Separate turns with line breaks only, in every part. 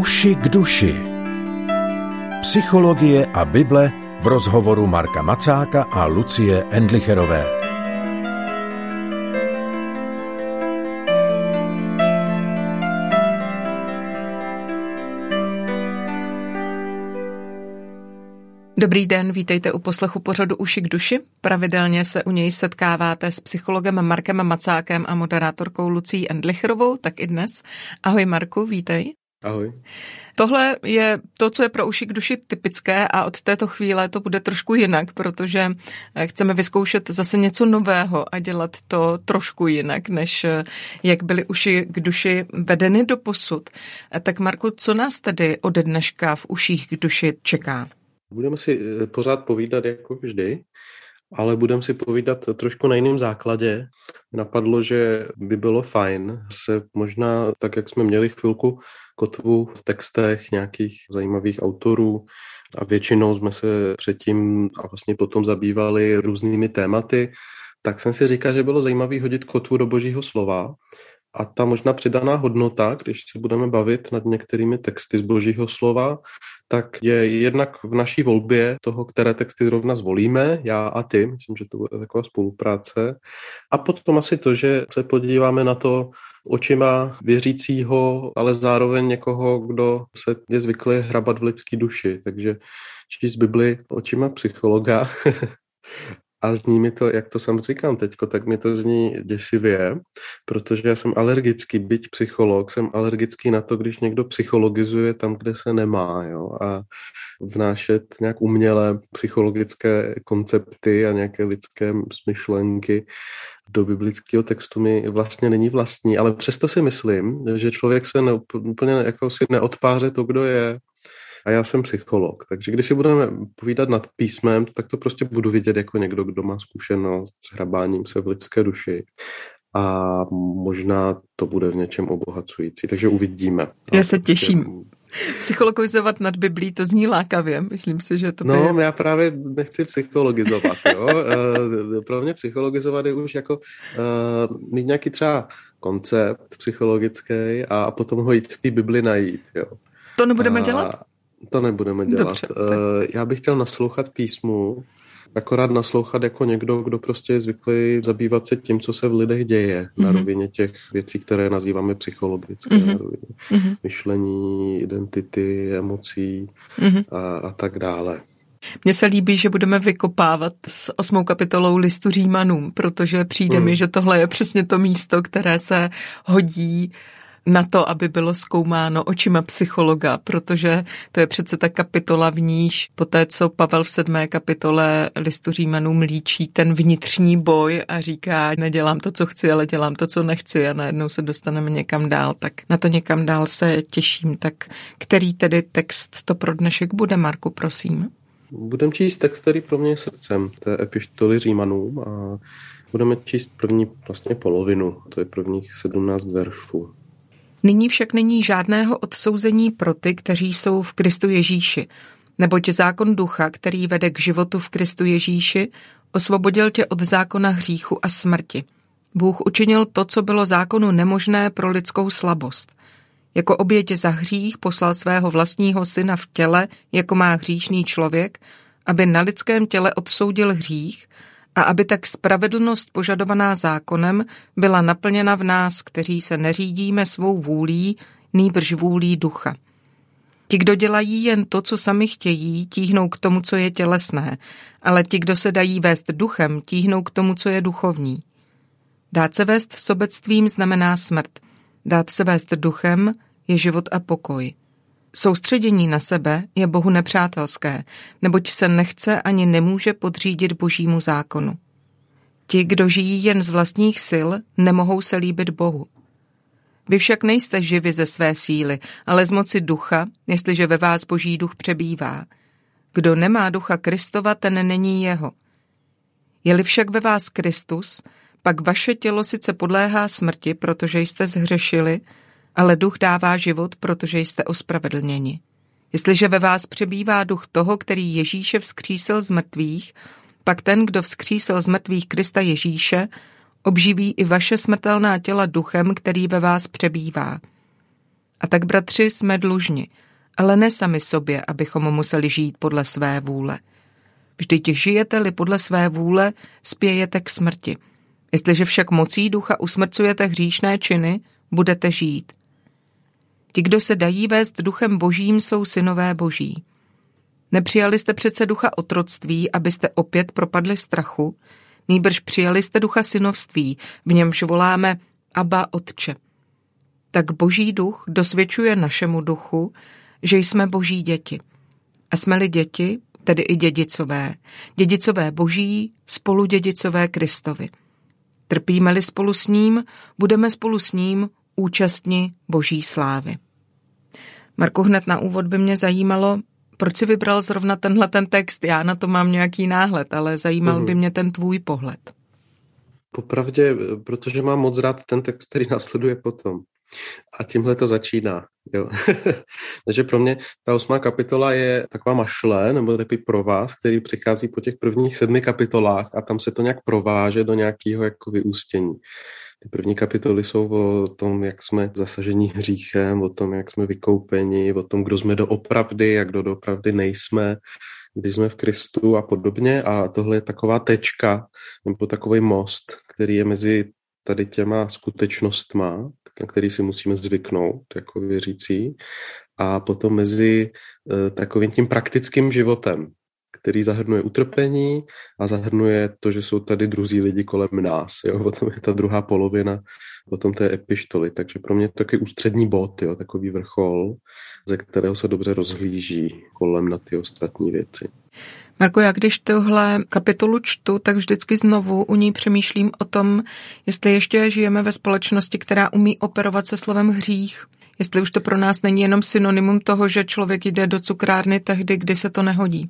Uši k duši. Psychologie a Bible v rozhovoru Marka Macáka a Lucie Endlicherové.
Dobrý den, vítejte u poslechu pořadu Uši k duši. Pravidelně se u něj setkáváte s psychologem Markem Macákem a moderátorkou Lucí Endlicherovou, tak i dnes. Ahoj Marku, vítej.
Ahoj.
Tohle je to, co je pro Uši k duši typické a od této chvíle to bude trošku jinak, protože chceme vyzkoušet zase něco nového a dělat to trošku jinak, než jak byly Uši k duši vedeny doposud. Tak Marku, co nás tedy ode dneška v Uších k duši čeká?
Budeme si pořád povídat jako vždy, ale budeme si povídat trošku na jiném základě. Napadlo, že by bylo fajn se možná, tak jak jsme měli chvilku kotvu v textech nějakých zajímavých autorů a většinou jsme se předtím a vlastně potom zabývali různými tématy, tak jsem si říkal, že bylo zajímavé hodit kotvu do Božího slova. A ta možná přidaná hodnota, když se budeme bavit nad některými texty z Božího slova, tak je jednak v naší volbě toho, které texty zrovna zvolíme, já a ty, myslím, že to bude taková spolupráce. A potom asi to, že se podíváme na to očima věřícího, ale zároveň někoho, kdo se je zvyklý hrabat v lidský duši. Takže číst Bibli očima psychologa. A zní mi to, jak to sám říkám teďko, tak mi to zní děsivě, protože já jsem alergický, byť psycholog, jsem alergický na to, když někdo psychologizuje tam, kde se nemá, jo, a vnášet nějak umělé psychologické koncepty a nějaké lidské smyšlenky do biblického textu mi vlastně není vlastní, ale přesto si myslím, že člověk se úplně jako si neodpáře to, kdo je. A já jsem psycholog, takže když si budeme povídat nad písmem, tak to prostě budu vidět jako někdo, kdo má zkušenost s hrabáním se v lidské duši. A možná to bude v něčem obohacující, takže uvidíme.
Já se těším. Psychologizovat nad Biblí, to zní lákavě, myslím si, že to
No, já právě nechci psychologizovat, jo. Pro mě psychologizovat je už jako mít nějaký třeba koncept psychologický a potom ho jít v té Bibli najít, jo.
To nebudeme dělat?
To nebudeme dělat.
Dobře,
já bych chtěl naslouchat písmu, akorát naslouchat jako někdo, kdo prostě je zvyklý zabývat se tím, co se v lidech děje na rovině těch věcí, které nazýváme psychologické, na rovině myšlení, identity, emocí a tak dále.
Mně se líbí, že budeme vykopávat s 8. kapitolou listu Římanům, protože přijde mi, že tohle je přesně to místo, které se hodí na to, aby bylo zkoumáno očima psychologa, protože to je přece ta kapitola, v níž poté, co Pavel v 7. kapitole listu Římanům líčí ten vnitřní boj a říká, nedělám to, co chci, ale dělám to, co nechci a najednou se dostaneme někam dál, tak na to někam dál se těším. Tak který tedy text to pro dnešek bude, Marku, prosím?
Budeme číst text, který pro mě je srdcem té epištoly Římanům a budeme číst první vlastně polovinu, to je prvních 17 veršů.
Nyní však není žádného odsouzení pro ty, kteří jsou v Kristu Ježíši, neboť zákon ducha, který vede k životu v Kristu Ježíši, osvobodil tě od zákona hříchu a smrti. Bůh učinil to, co bylo zákonu nemožné pro lidskou slabost. Jako oběť za hřích poslal svého vlastního syna v těle, jako má hříšný člověk, aby na lidském těle odsoudil hřích a aby tak spravedlnost požadovaná zákonem byla naplněna v nás, kteří se neřídíme svou vůlí, nýbrž vůlí ducha. Ti, kdo dělají jen to, co sami chtějí, tíhnou k tomu, co je tělesné, ale ti, kdo se dají vést duchem, tíhnou k tomu, co je duchovní. Dát se vést sobectvím znamená smrt. Dát se vést duchem je život a pokoj. Soustředění na sebe je Bohu nepřátelské, neboť se nechce ani nemůže podřídit Božímu zákonu. Ti, kdo žijí jen z vlastních sil, nemohou se líbit Bohu. Vy však nejste živi ze své síly, ale z moci ducha, jestliže ve vás Boží duch přebývá. Kdo nemá ducha Kristova, ten není jeho. Je-li však ve vás Kristus, pak vaše tělo sice podléhá smrti, protože jste zhřešili, ale duch dává život, protože jste ospravedlněni. Jestliže ve vás přebývá duch toho, který Ježíše vzkřísil z mrtvých, pak ten, kdo vzkřísil z mrtvých Krista Ježíše, obživí i vaše smrtelná těla duchem, který ve vás přebývá. A tak, bratři, jsme dlužni, ale ne sami sobě, abychom museli žít podle své vůle. Vždyť žijete-li podle své vůle, spějete k smrti. Jestliže však mocí ducha usmrcujete hříšné činy, budete žít. Ti, kdo se dají vést duchem božím, jsou synové boží. Nepřijali jste přece ducha otroctví, abyste opět propadli strachu, nýbrž přijali jste ducha synovství, v němž voláme Abba, Otče. Tak boží duch dosvědčuje našemu duchu, že jsme boží děti. A jsme-li děti, tedy i dědicové boží, spoludědicové Kristovi. Trpíme-li spolu s ním, budeme spolu s ním účastni boží slávy. Marku, hned na úvod by mě zajímalo, proč jsi vybral zrovna tenhle ten text? Já na to mám nějaký náhled, ale zajímal by mě ten tvůj pohled.
Popravdě, protože mám moc rád ten text, který následuje potom. A tímhle to začíná. Jo. Takže pro mě ta 8. kapitola je taková mašle, nebo takový provaz, který přichází po těch prvních 7 kapitolách a tam se to nějak prováže do nějakého jako vyústění. Ty první kapitoly jsou o tom, jak jsme zasaženi hříchem, o tom, jak jsme vykoupeni, o tom, kdo jsme doopravdy a kdo doopravdy nejsme, když jsme v Kristu a podobně. A tohle je taková tečka, nebo takový most, který je mezi tady těma skutečnostma, na který si musíme zvyknout jako věřící, a potom mezi takovým tím praktickým životem, který zahrnuje utrpení a zahrnuje to, že jsou tady druzí lidi kolem nás. Jo? Potom je ta druhá polovina potom té epištoly. Takže pro mě je to takový ústřední bod, jo? Takový vrchol, ze kterého se dobře rozhlíží kolem na ty ostatní věci.
Marko, já když tuhle kapitolu čtu, tak vždycky znovu u ní přemýšlím o tom, jestli ještě žijeme ve společnosti, která umí operovat se slovem hřích. Jestli už to pro nás není jenom synonymum toho, že člověk jde do cukrárny tehdy, kdy se to nehodí.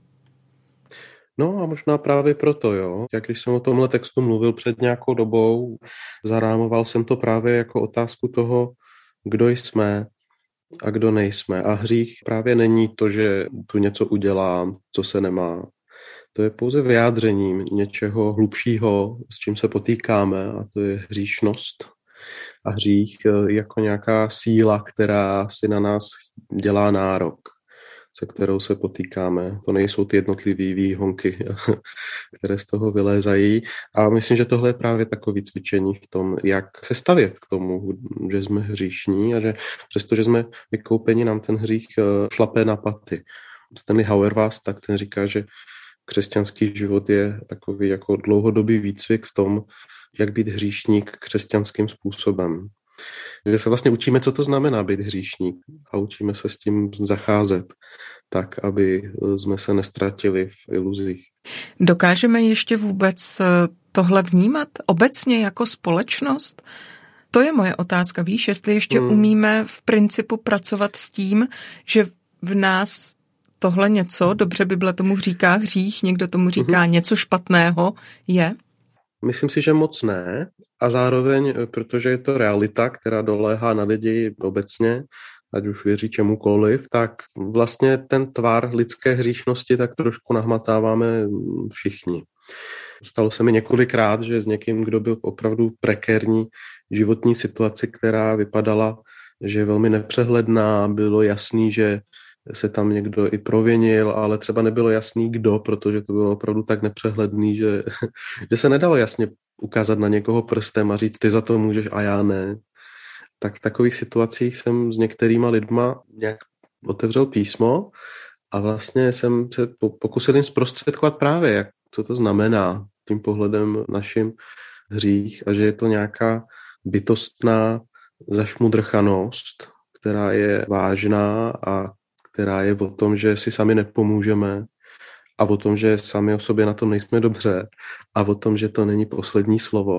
No a možná právě proto, jo. Jak když jsem o tomhle textu mluvil před nějakou dobou, zarámoval jsem to právě jako otázku toho, kdo jsme a kdo nejsme. A hřích právě není to, že tu něco udělám, co se nemá. To je pouze vyjádřením něčeho hlubšího, s čím se potýkáme, a to je hříšnost. A hřích jako nějaká síla, která si na nás dělá nárok, se kterou se potýkáme. To nejsou ty jednotlivé výhonky, které z toho vylézají. A myslím, že tohle je právě takové cvičení v tom, jak se stavět k tomu, že jsme hříšní a že přestože jsme vykoupeni, nám ten hřích šlape na paty. Stanley Hauerwas, tak ten říká, že křesťanský život je takový jako dlouhodobý výcvik v tom, jak být hříšník křesťanským způsobem. Že se vlastně učíme, co to znamená být hříšník, a učíme se s tím zacházet tak, aby jsme se nestratili v iluzích.
Dokážeme ještě vůbec tohle vnímat obecně jako společnost? To je moje otázka, víš, jestli ještě umíme v principu pracovat s tím, že v nás tohle něco, dobře Bible tomu říká hřích, někdo tomu říká něco špatného, je?
Myslím si, že moc ne, a zároveň, protože je to realita, která doléhá na lidi obecně, ať už věří čemukoliv, tak vlastně ten tvar lidské hříšnosti tak trošku nahmatáváme všichni. Stalo se mi několikrát, že s někým, kdo byl v opravdu prekérní životní situaci, která vypadala, že je velmi nepřehledná, bylo jasný, že se tam někdo i provinil, ale třeba nebylo jasný kdo, protože to bylo opravdu tak nepřehledný, že se nedalo jasně ukázat na někoho prstem a říct, ty za to můžeš a já ne. Tak v takových situacích jsem s některýma lidma nějak otevřel písmo a vlastně jsem se pokusil jim zprostředkovat právě, co to znamená tím pohledem našim hřích a že je to nějaká bytostná zašmudrchanost, která je vážná a která je o tom, že si sami nepomůžeme a o tom, že sami o sobě na tom nejsme dobře a o tom, že to není poslední slovo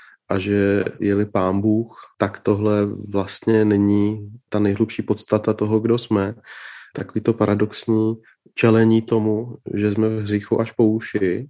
a že je-li Pán Bůh, tak tohle vlastně není ta nejhlubší podstata toho, kdo jsme. Takový to paradoxní čelení tomu, že jsme v hříchu až po uši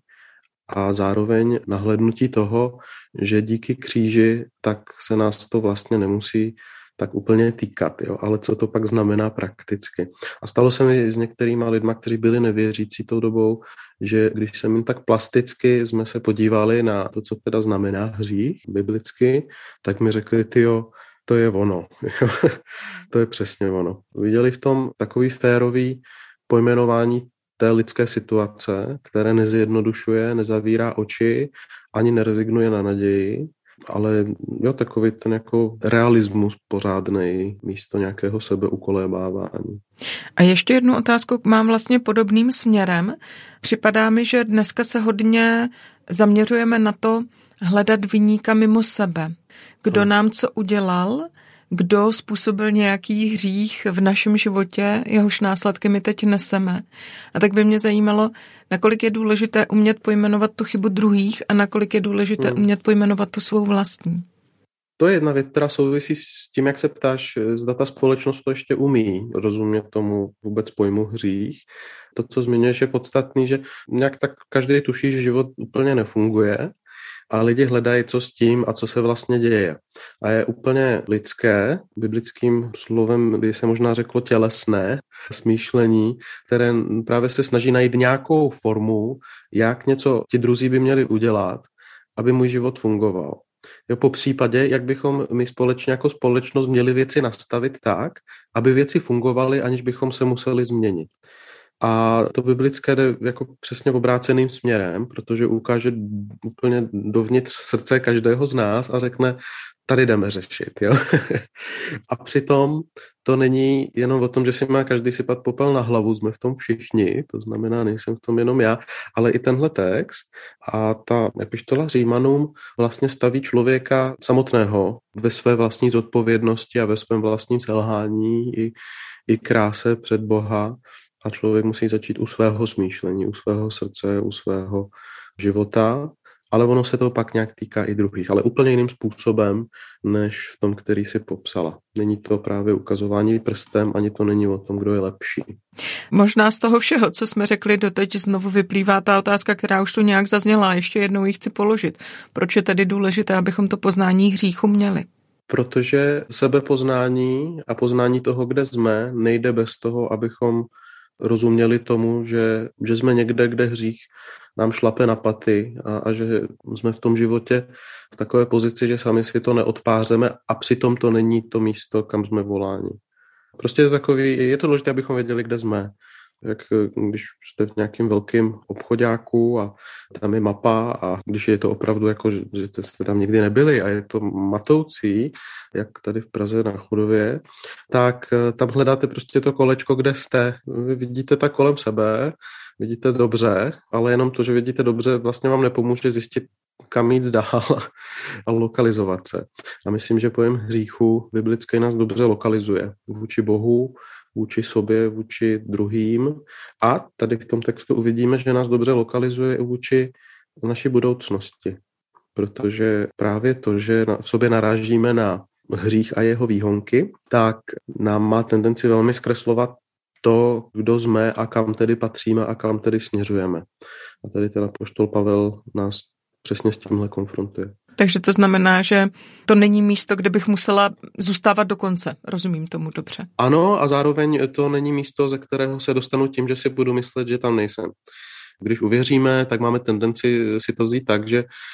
a zároveň nahlédnutí toho, že díky kříži tak se nás to vlastně nemusí tak úplně týkat, jo? Ale co to pak znamená prakticky. A stalo se mi s některýma lidma, kteří byli nevěřící tou dobou, že když jsem jim tak plasticky jsme se podívali na to, co teda znamená hřích biblicky, tak mi řekli, tyjo, To je ono. To je přesně ono. Viděli v tom takový férový pojmenování té lidské situace, které nezjednodušuje, nezavírá oči, ani nerezignuje na naději, ale jo, takový ten jako realismus pořádnej místo nějakého sebeukolébávání.
A ještě jednu otázku mám vlastně podobným směrem. Připadá mi, že dneska se hodně zaměřujeme na to hledat viníka mimo sebe. Kdo nám co udělal, kdo způsobil nějaký hřích v našem životě, jehož následky my teď neseme. A tak by mě zajímalo, nakolik je důležité umět pojmenovat tu chybu druhých a nakolik je důležité umět pojmenovat tu svou vlastní.
To je jedna věc, která souvisí s tím, jak se ptáš, zda ta společnost to ještě umí rozumět tomu vůbec pojmu hřích. To, co zmiňuješ, je podstatný, že nějak tak každý tuší, že život úplně nefunguje a lidi hledají, co s tím a co se vlastně děje. A je úplně lidské, biblickým slovem by se možná řeklo tělesné smýšlení, které právě se snaží najít nějakou formu, jak něco ti druzí by měli udělat, aby můj život fungoval. Jo, po případě, jak bychom my společně jako společnost měli věci nastavit tak, aby věci fungovaly, aniž bychom se museli změnit. A to biblické jde jako přesně obráceným směrem, protože ukáže úplně dovnitř srdce každého z nás a řekne, tady jdeme řešit. Jo? A přitom to není jenom o tom, že si má každý sypat popel na hlavu, jsme v tom všichni, to znamená, nejsem v tom jenom já, ale i tenhle text a ta epištola Římanům vlastně staví člověka samotného ve své vlastní zodpovědnosti a ve svém vlastním selhání i kráse před Boha. A člověk musí začít u svého smýšlení, u svého srdce, u svého života, ale ono se to pak nějak týká i druhých, ale úplně jiným způsobem, než v tom, který si popsala. Není to právě ukazování prstem, ani to není o tom, kdo je lepší.
Možná z toho všeho, co jsme řekli doteď, znovu vyplývá ta otázka, která už tu nějak zazněla, ještě jednou ji chci položit. Proč je tedy důležité, abychom to poznání hříchu měli?
Protože sebepoznání a poznání toho, kde jsme, nejde bez toho, abychom rozuměli tomu, že jsme někde, kde hřích nám šlape na paty a že jsme v tom životě v takové pozici, že sami si to neodpářeme a přitom to není to místo, kam jsme voláni. Prostě je to důležité, abychom věděli, kde jsme. Jak když jste v nějakém velkém obchoďáku a tam je mapa a když je to opravdu jako, že jste tam nikdy nebyli a je to matoucí, jak tady v Praze na Chudově, tak tam hledáte prostě to kolečko, kde jste. Vy vidíte tak kolem sebe, vidíte dobře, ale jenom to, že vidíte dobře, vlastně vám nepomůže zjistit, kam jít dál a lokalizovat se. A myslím, že pojem hříchu biblický nás dobře lokalizuje vůči Bohu, vůči sobě, vůči druhým. A tady v tom textu uvidíme, že nás dobře lokalizuje i vůči naší budoucnosti. Protože právě to, že v sobě narážíme na hřích a jeho výhonky, tak nám má tendenci velmi zkreslovat to, kdo jsme a kam tedy patříme a kam tedy směřujeme. A tady ten apoštol Pavel nás přesně s tímhle konfrontuje.
Takže to znamená, že to není místo, kde bych musela zůstávat do konce. Rozumím tomu dobře.
Ano, a zároveň to není místo, ze kterého se dostanu tím, že si budu myslet, že tam nejsem. Když uvěříme, tak máme tendenci si to vzít tak,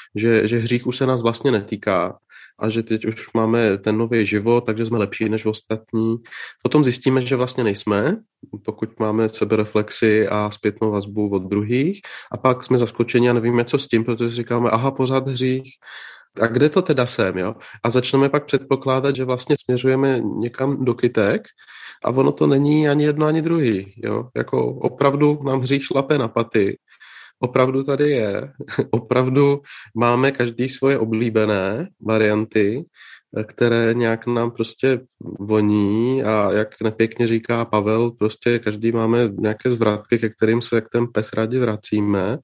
že hřích už se nás vlastně netýká a že teď už máme ten nový život, takže jsme lepší než ostatní. Potom zjistíme, že vlastně nejsme, pokud máme sebereflexi a zpětnou vazbu od druhých, a pak jsme zaskočeni a nevíme, co s tím, protože říkáme, aha, pořád hřích. A kde to teda jsem, jo? A začneme pak předpokládat, že vlastně směřujeme někam do kytek a ono to není ani jedno, ani druhý, jo? Jako opravdu nám hřích šlape na paty, opravdu tady je, opravdu máme každý svoje oblíbené varianty, které nějak nám prostě voní a jak nepěkně říká Pavel, prostě každý máme nějaké zvratky, ke kterým se jak ten pes rádi vracíme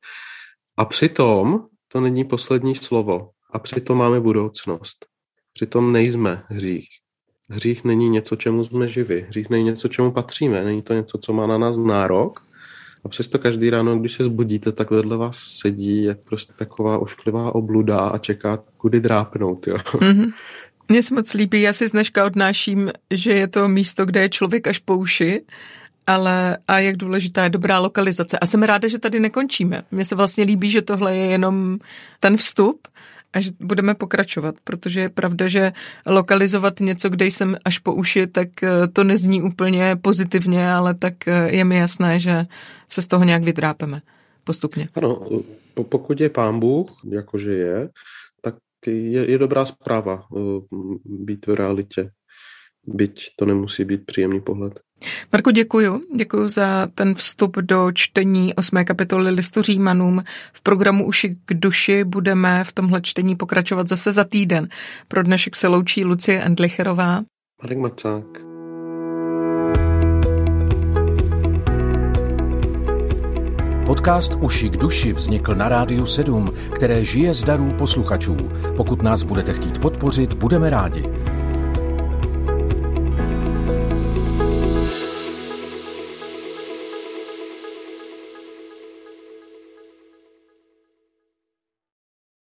a přitom to není poslední slovo. A přitom máme budoucnost. Přitom nejsme hřích. Hřích není něco, čemu jsme živi. Hřích není něco, čemu patříme. Není to něco, co má na nás nárok. A přesto každý ráno, když se zbudíte, tak vedle vás sedí jak prostě taková ošklivá obluda a čeká, kudy drápnout. Jo?
Mm-hmm. Mně se moc líbí, já si z dneška odnáším, že je to místo, kde je člověk až po uši, ale a jak důležitá je dobrá lokalizace. A jsem ráda, že tady nekončíme. Mně se vlastně líbí, že tohle je jenom ten vstup až budeme pokračovat, protože je pravda, že lokalizovat něco, kde jsem až po uši, tak to nezní úplně pozitivně, ale tak je mi jasné, že se z toho nějak vydrápeme postupně.
Ano, pokud je Pán Bůh, jakože je, tak je dobrá zpráva být v realitě, byť to nemusí být příjemný pohled.
Marku, děkuju za ten vstup do čtení 8. kapitoly listu Římanům. V programu Uši k duši budeme v tomhle čtení pokračovat zase za týden. Pro dnešek se loučí Lucie Endlicherová.
Marek Macák.
Podcast Uši k duši vznikl na Rádiu 7, které žije z darů posluchačů. Pokud nás budete chtít podpořit, budeme rádi.